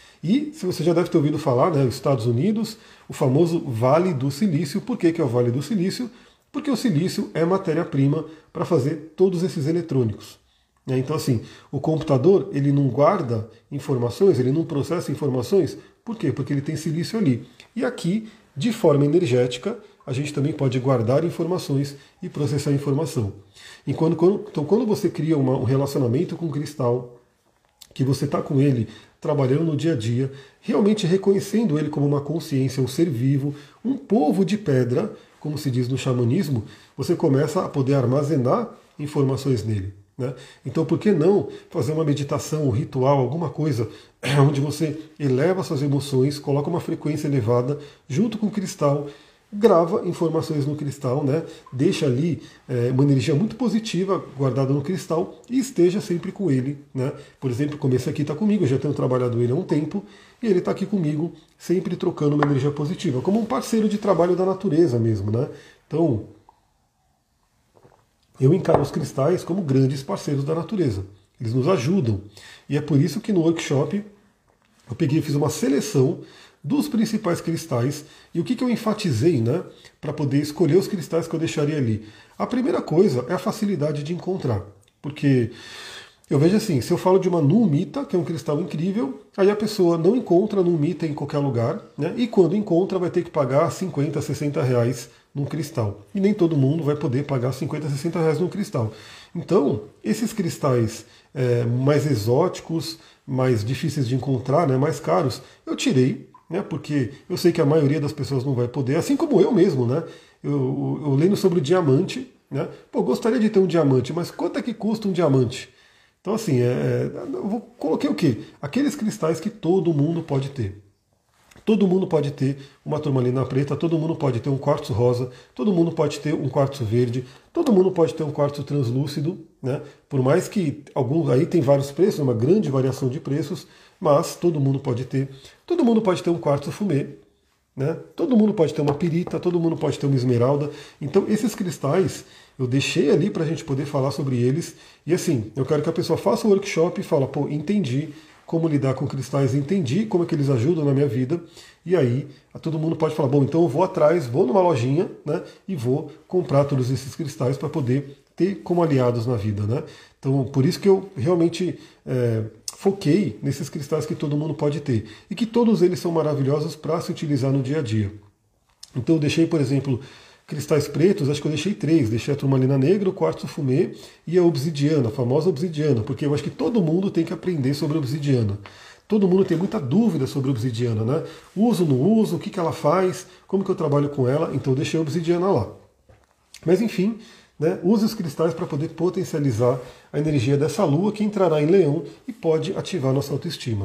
E, se você já deve ter ouvido falar, né, os Estados Unidos, o famoso Vale do Silício. Por que que é o Vale do Silício? Porque o silício é matéria-prima para fazer todos esses eletrônicos. Então, assim, o computador ele não guarda informações, ele não processa informações. Por quê? Porque ele tem silício ali. E aqui de forma energética, a gente também pode guardar informações e processar informação. Enquanto, quando, então, quando você cria uma, um relacionamento com o cristal, que você está com ele trabalhando no dia a dia, realmente reconhecendo ele como uma consciência, um ser vivo, um povo de pedra, como se diz no xamanismo, você começa a poder armazenar informações nele. Né? Então, por que não fazer uma meditação, um ritual, alguma coisa onde você eleva suas emoções, coloca uma frequência elevada junto com o cristal, grava informações no cristal, né? Deixa ali é, uma energia muito positiva guardada no cristal e esteja sempre com ele. Né? Por exemplo, como esse aqui está comigo, eu já tenho trabalhado ele há um tempo e ele está aqui comigo, sempre trocando uma energia positiva, como um parceiro de trabalho da natureza mesmo. Né? Então, eu encaro os cristais como grandes parceiros da natureza. Eles nos ajudam. E é por isso que no workshop eu peguei e fiz uma seleção dos principais cristais e o que, que eu enfatizei, né, para poder escolher os cristais que eu deixaria ali. A primeira coisa é a facilidade de encontrar, porque eu vejo assim, se eu falo de uma numita, que é um cristal incrível, aí a pessoa não encontra numita em qualquer lugar, né, e quando encontra vai ter que pagar cinquenta, sessenta reais num cristal. E nem todo mundo vai poder pagar cinquenta, sessenta reais num cristal. Então, esses cristais é, mais exóticos, mais difíceis de encontrar, né, mais caros, eu tirei, né, porque eu sei que a maioria das pessoas não vai poder, assim como eu mesmo, né? Eu, eu, eu lendo sobre o diamante, né? Pô, gostaria de ter um diamante, mas quanto é que custa um diamante? Então, assim, é, eu vou, coloquei o quê? Aqueles cristais que todo mundo pode ter. Todo mundo pode ter uma turmalina preta, todo mundo pode ter um quartzo rosa, todo mundo pode ter um quartzo verde, todo mundo pode ter um quartzo translúcido, né? Por mais que alguns aí tem vários preços, uma grande variação de preços, mas todo mundo pode ter. Todo mundo pode ter um quartzo fumê, né? Todo mundo pode ter uma pirita, todo mundo pode ter uma esmeralda. Então esses cristais eu deixei ali para a gente poder falar sobre eles. E assim, eu quero que a pessoa faça o workshop e fala, pô, entendi como lidar com cristais, entendi como é que eles ajudam na minha vida, e aí todo mundo pode falar, bom, então eu vou atrás, vou numa lojinha, né, e vou comprar todos esses cristais para poder ter como aliados na vida. Né? Então, por isso que eu realmente é, foquei nesses cristais que todo mundo pode ter, e que todos eles são maravilhosos para se utilizar no dia a dia. Então eu deixei, por exemplo, cristais pretos, acho que eu deixei três. Deixei a turmalina negra, o quartzo fumê e a obsidiana, a famosa obsidiana, porque eu acho que todo mundo tem que aprender sobre a obsidiana. Todo mundo tem muita dúvida sobre a obsidiana, né? Uso, não uso, o que, que ela faz, como que eu trabalho com ela, então eu deixei a obsidiana lá. Mas enfim, né, use os cristais para poder potencializar a energia dessa lua que entrará em Leão e pode ativar nossa autoestima.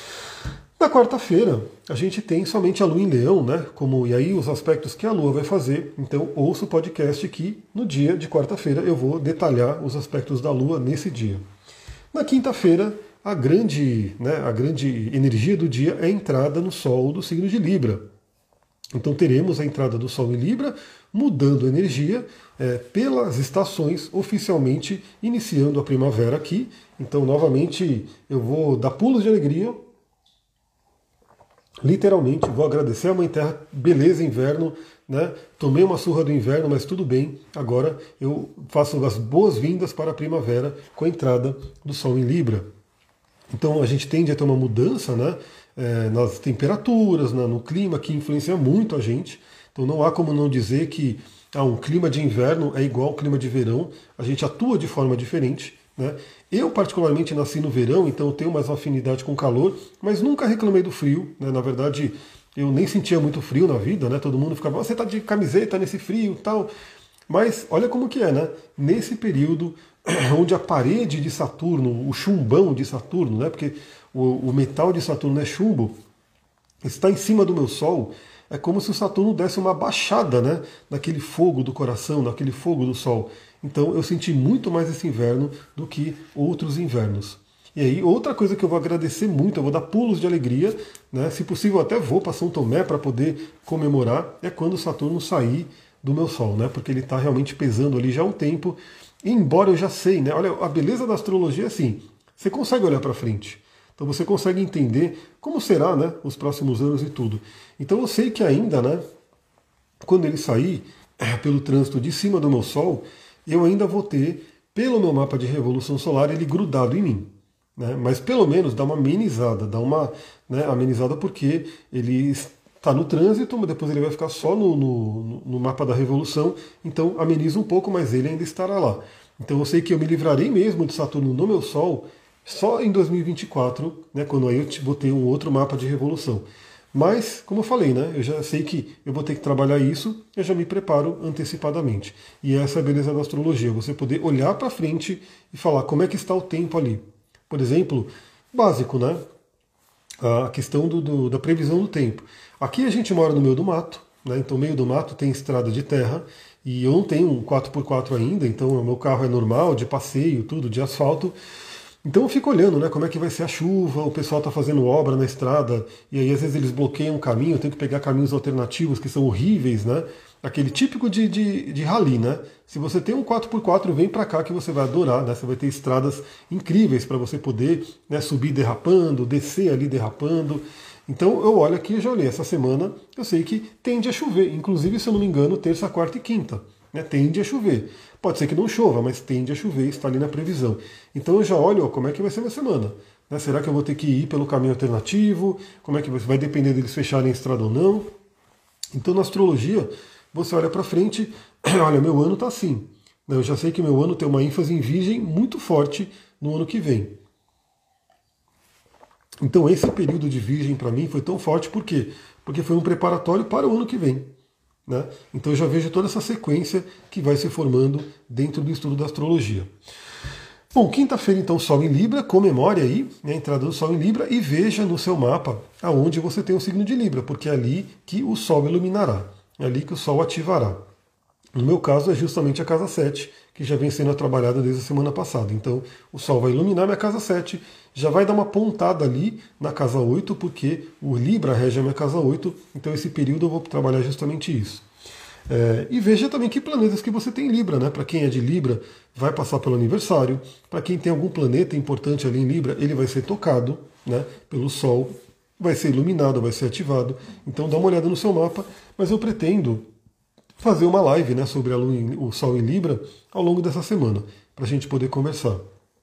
Na quarta-feira, a gente tem somente a Lua em Leão, né? Como, e aí os aspectos que a Lua vai fazer. Então, ouça o podcast que no dia de quarta-feira eu vou detalhar os aspectos da Lua nesse dia. Na quinta-feira, a grande, né, a grande energia do dia é a entrada no Sol do signo de Libra. Então, teremos a entrada do Sol em Libra, mudando a energia é, pelas estações, oficialmente iniciando a primavera aqui. Então, novamente, eu vou dar pulos de alegria. Literalmente, vou agradecer a Mãe Terra, beleza, inverno, né? Tomei uma surra do inverno, mas tudo bem. Agora eu faço as boas-vindas para a primavera com a entrada do Sol em Libra. Então a gente tende a ter uma mudança, né? É, nas temperaturas, né? No clima, que influencia muito a gente. Então não há como não dizer que ah, um clima de inverno é igual ao clima de verão. A gente atua de forma diferente. Né? Eu particularmente nasci no verão, então eu tenho mais afinidade com o calor, mas nunca reclamei do frio. Né? Na verdade, eu nem sentia muito frio na vida, né? Todo mundo ficava, você está de camiseta nesse frio, tal. Mas olha como que é, né? Nesse período onde a parede de Saturno, o chumbão de Saturno, né? Porque o, o metal de Saturno é chumbo, está em cima do meu Sol. É como se o Saturno desse uma baixada, né? Naquele fogo do coração, naquele fogo do Sol. Então eu senti muito mais esse inverno do que outros invernos. E aí, outra coisa que eu vou agradecer muito, eu vou dar pulos de alegria, né? Se possível, eu até vou para São Tomé para poder comemorar, é quando o Saturno sair do meu Sol, né? Porque ele está realmente pesando ali já há um tempo. E embora eu já sei, né? Olha, a beleza da astrologia é assim: você consegue olhar para frente. Então você consegue entender como será, né, os próximos anos e tudo. Então eu sei que ainda, né, quando ele sair pelo trânsito de cima do meu Sol, eu ainda vou ter, pelo meu mapa de revolução solar, ele grudado em mim. Né? Mas pelo menos dá uma amenizada, dá uma, né, amenizada porque ele está no trânsito, mas depois ele vai ficar só no, no, no mapa da revolução, então ameniza um pouco, mas ele ainda estará lá. Então eu sei que eu me livrarei mesmo de Saturno no meu Sol só em dois mil e vinte e quatro, né, quando aí eu vou ter um outro mapa de revolução. Mas, como eu falei, né, eu já sei que eu vou ter que trabalhar isso, eu já me preparo antecipadamente. E essa é a beleza da astrologia, você poder olhar para frente e falar como é que está o tempo ali. Por exemplo, básico, né? A questão do, do, da previsão do tempo. Aqui a gente mora no meio do mato, né? Então meio do mato tem estrada de terra, e eu não tenho um quatro por quatro ainda, então o meu carro é normal, de passeio, tudo, de asfalto. Então eu fico olhando, né, como é que vai ser a chuva, o pessoal está fazendo obra na estrada, e aí às vezes eles bloqueiam o caminho, eu tenho que pegar caminhos alternativos que são horríveis, né? Aquele típico de, de, de rally, né? Se você tem um quatro por quatro, vem para cá que você vai adorar, né? Você vai ter estradas incríveis para você poder, né, subir derrapando, descer ali derrapando. Então eu olho aqui, já olhei essa semana, eu sei que tende a chover, inclusive, se eu não me engano, terça, quarta e quinta. Né, tende a chover. Pode ser que não chova, mas tende a chover, está ali na previsão. Então eu já olho ó, como é que vai ser a minha semana. Né, será que eu vou ter que ir pelo caminho alternativo? Como é que vai, vai depender deles fecharem a estrada ou não? Então na astrologia, você olha para frente, olha, meu ano está assim. Eu já sei que meu ano tem uma ênfase em virgem muito forte no ano que vem. Então esse período de virgem para mim foi tão forte, por quê? Porque foi um preparatório para o ano que vem. Né? Então eu já vejo toda essa sequência que vai se formando dentro do estudo da astrologia. Bom, quinta-feira então Sol em Libra, comemore aí né, a entrada do Sol em Libra e veja no seu mapa aonde você tem o signo de Libra, porque é ali que o Sol iluminará, é ali que o Sol ativará. No meu caso é justamente a casa sete, que já vem sendo trabalhada desde a semana passada. Então o Sol vai iluminar minha casa sete, já vai dar uma pontada ali na casa oito, porque o Libra rege a minha casa oito, então esse período eu vou trabalhar justamente isso. É, e veja também que planetas que você tem em Libra, né? Para quem é de Libra, vai passar pelo aniversário. Para quem tem algum planeta importante ali em Libra, ele vai ser tocado, né, pelo Sol, vai ser iluminado, vai ser ativado. Então dá uma olhada no seu mapa, mas eu pretendo fazer uma live né, sobre a Lua em, o Sol em Libra ao longo dessa semana, para a gente poder conversar.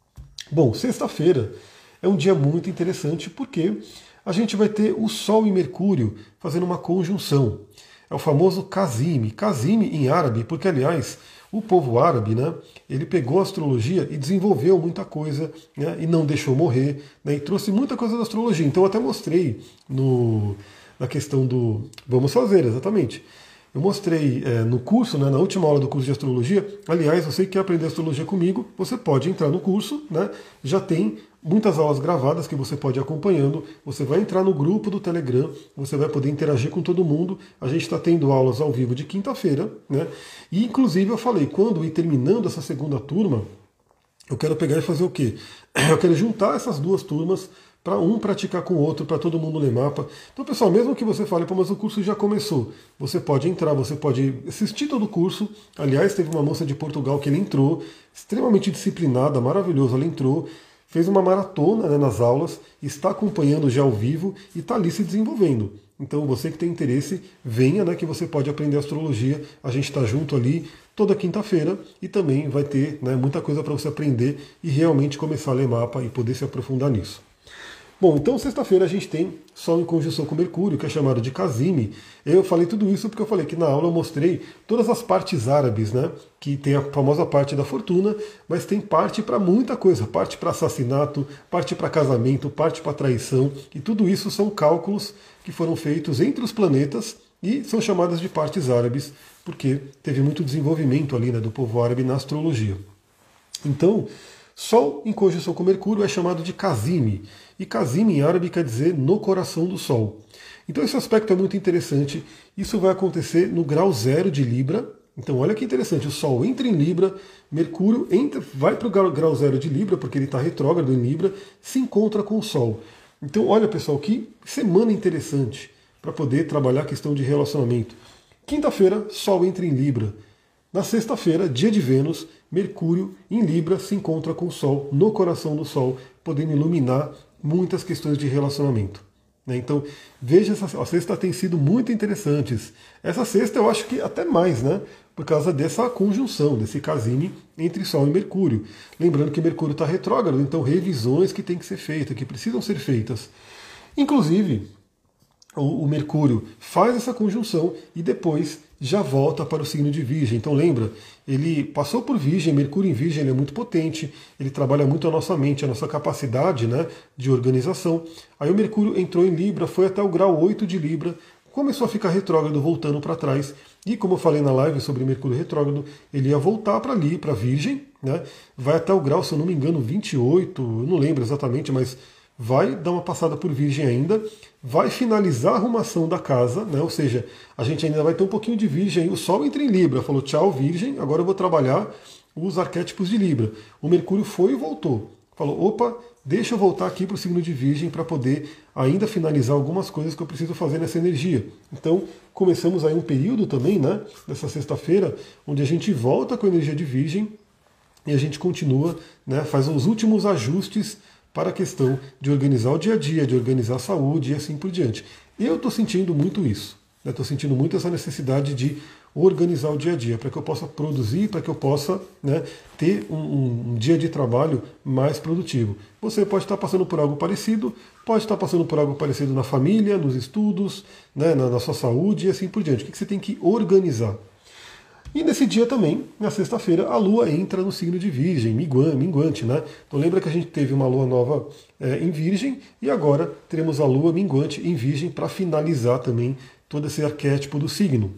Bom, sexta-feira é um dia muito interessante porque a gente vai ter o Sol e Mercúrio fazendo uma conjunção. É o famoso Kazimi. Kazimi em árabe, porque aliás, o povo árabe, né, ele pegou a astrologia e desenvolveu muita coisa, né, e não deixou morrer, né, e trouxe muita coisa da astrologia. Então eu até mostrei no, na questão do vamos fazer, exatamente. Eu mostrei é, no curso, né, na última aula do curso de astrologia. Aliás, você que quer aprender astrologia comigo, você pode entrar no curso, né? Já tem muitas aulas gravadas que você pode ir acompanhando. Você vai entrar no grupo do Telegram, você vai poder interagir com todo mundo. A gente está tendo aulas ao vivo de quinta-feira, né? E inclusive eu falei, quando ir terminando essa segunda turma, eu quero pegar e fazer o quê? Eu quero juntar essas duas turmas para um praticar com o outro, para todo mundo ler mapa. Então, pessoal, mesmo que você fale, pô, mas o curso já começou, você pode entrar, você pode assistir todo o curso. Aliás, teve uma moça de Portugal que ele entrou, extremamente disciplinada, maravilhoso, ela entrou, fez uma maratona né, nas aulas, está acompanhando já ao vivo e está ali se desenvolvendo. Então, você que tem interesse, venha, né, que você pode aprender astrologia. A gente está junto ali toda quinta-feira e também vai ter né, muita coisa para você aprender e realmente começar a ler mapa e poder se aprofundar nisso. Bom, então sexta-feira a gente tem Sol em conjunção com Mercúrio, que é chamado de Kazimi. Eu falei tudo isso porque eu falei que na aula eu mostrei todas as partes árabes, né? Que tem a famosa parte da fortuna, mas tem parte para muita coisa, parte para assassinato, parte para casamento, parte para traição, e tudo isso são cálculos que foram feitos entre os planetas e são chamadas de partes árabes, porque teve muito desenvolvimento ali né, do povo árabe na astrologia. Então, Sol em conjunção com Mercúrio é chamado de Kazimi. E Kazimi em árabe quer dizer no coração do Sol. Então esse aspecto é muito interessante. Isso vai acontecer no grau zero de Libra. Então olha que interessante, o Sol entra em Libra, Mercúrio entra, vai para o grau zero de Libra, porque ele está retrógrado em Libra, se encontra com o Sol. Então olha pessoal, que semana interessante para poder trabalhar a questão de relacionamento. Quinta-feira, Sol entra em Libra. Na sexta-feira, dia de Vênus, Mercúrio em Libra se encontra com o Sol, no coração do Sol, podendo iluminar muitas questões de relacionamento. Então, veja, essa, a sexta tem sido muito interessantes. Essa sexta eu acho que até mais, né? Por causa dessa conjunção, desse Kazimi entre Sol e Mercúrio. Lembrando que Mercúrio está retrógrado, então revisões que têm que ser feitas, que precisam ser feitas. Inclusive, o, o Mercúrio faz essa conjunção e depois já volta para o signo de Virgem. Então lembra, ele passou por Virgem, Mercúrio em Virgem ele é muito potente, ele trabalha muito a nossa mente, a nossa capacidade, né, de organização. Aí o Mercúrio entrou em Libra, foi até o grau oito de Libra, começou a ficar retrógrado, voltando para trás. E como eu falei na live sobre Mercúrio retrógrado, ele ia voltar para ali, para Virgem, né, vai até o grau, se eu não me engano, vinte e oito, eu não lembro exatamente, mas vai dar uma passada por Virgem ainda, vai finalizar a arrumação da casa, né? Ou seja, a gente ainda vai ter um pouquinho de Virgem. O Sol entra em Libra, falou tchau Virgem, agora eu vou trabalhar os arquétipos de Libra. O Mercúrio foi e voltou, falou opa, deixa eu voltar aqui para o signo de Virgem para poder ainda finalizar algumas coisas que eu preciso fazer nessa energia. Então começamos aí um período também, né, nessa sexta-feira, onde a gente volta com a energia de Virgem e a gente continua, né, faz os últimos ajustes para a questão de organizar o dia a dia, de organizar a saúde e assim por diante. Eu estou sentindo muito isso. Estou sentindo muito essa necessidade de organizar o dia a dia, para que eu possa produzir, para que eu possa, né, ter um, um, um dia de trabalho mais produtivo. Você pode estar passando por algo parecido, pode estar passando por algo parecido na família, nos estudos, né, na, na sua saúde e assim por diante. O que você tem que organizar? E nesse dia também, na sexta-feira, a Lua entra no signo de Virgem, minguante, né? Então lembra que a gente teve uma Lua nova é, em Virgem e agora teremos a Lua minguante em Virgem para finalizar também todo esse arquétipo do signo.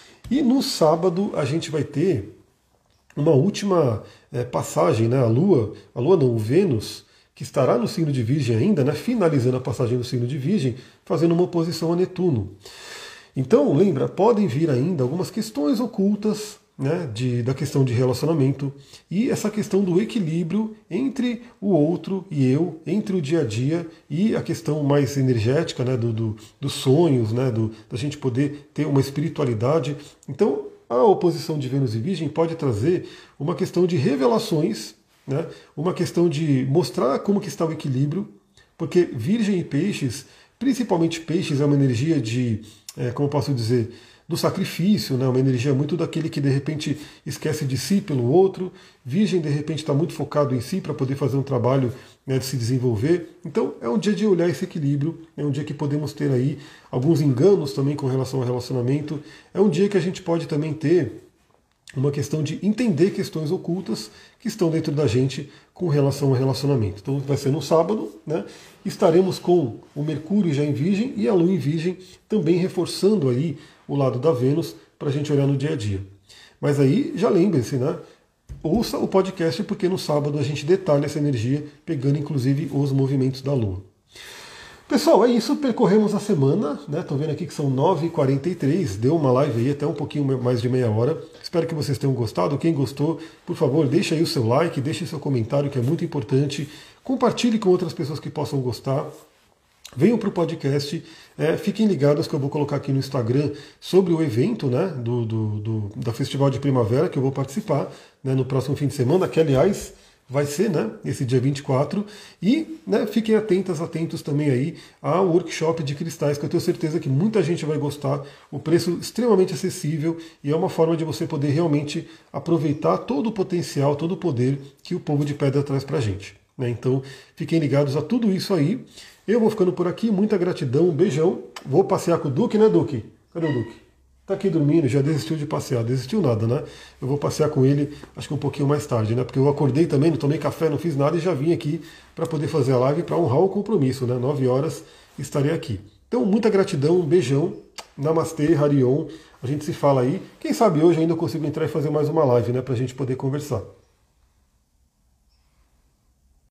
E no sábado a gente vai ter uma última é, passagem, né? A Lua, a Lua não, o Vênus, que estará no signo de Virgem ainda, né? Finalizando a passagem do signo de Virgem, fazendo uma oposição a Netuno. Então, lembra, podem vir ainda algumas questões ocultas, né, de, da questão de relacionamento e essa questão do equilíbrio entre o outro e eu, entre o dia a dia e a questão mais energética, né, do, do, dos sonhos, né, do, da gente poder ter uma espiritualidade. Então, a oposição de Vênus e Virgem pode trazer uma questão de revelações, né, uma questão de mostrar como que está o equilíbrio, porque Virgem e Peixes, principalmente Peixes, é uma energia de, é, como eu posso dizer, do sacrifício, né? Uma energia muito daquele que de repente esquece de si pelo outro. Virgem de repente está muito focado em si para poder fazer um trabalho, né, de se desenvolver. Então é um dia de olhar esse equilíbrio, é um dia que podemos ter aí alguns enganos também com relação ao relacionamento. É um dia que a gente pode também ter uma questão de entender questões ocultas que estão dentro da gente com relação ao relacionamento. Então vai ser no sábado, né? Estaremos com o Mercúrio já em Virgem e a Lua em Virgem, também reforçando aí o lado da Vênus para a gente olhar no dia a dia. Mas aí já lembre-se, né? Ouça o podcast porque no sábado a gente detalha essa energia, pegando inclusive os movimentos da Lua. Pessoal, é isso, percorremos a semana, né? Tô vendo aqui que são nove e quarenta e três, deu uma live aí até um pouquinho mais de meia hora. Espero que vocês tenham gostado. Quem gostou, por favor, deixe aí o seu like, deixe seu comentário, que é muito importante. Compartilhe com outras pessoas que possam gostar. Venham para o podcast, é, fiquem ligados que eu vou colocar aqui no Instagram sobre o evento, né, do, do, do, da Festival de Primavera, que eu vou participar, né, no próximo fim de semana, que aliás vai ser, né, esse dia vinte e quatro, e, né, fiquem atentas, atentos também aí ao workshop de cristais, que eu tenho certeza que muita gente vai gostar, o preço extremamente acessível, e é uma forma de você poder realmente aproveitar todo o potencial, todo o poder que o povo de pedra traz para a gente. Né? Então, fiquem ligados a tudo isso aí. Eu vou ficando por aqui, muita gratidão, um beijão. Vou passear com o Duque, né, Duque? Cadê o Duque? Tá aqui dormindo, já desistiu de passear. Desistiu nada, né? Eu vou passear com ele, acho que um pouquinho mais tarde, né? Porque eu acordei também, não tomei café, não fiz nada e já vim aqui para poder fazer a live para honrar o compromisso, né? Nove horas estarei aqui. Então, muita gratidão, um beijão. Namastê, Harion. A gente se fala aí. Quem sabe hoje ainda eu consigo entrar e fazer mais uma live, né? Pra gente poder conversar.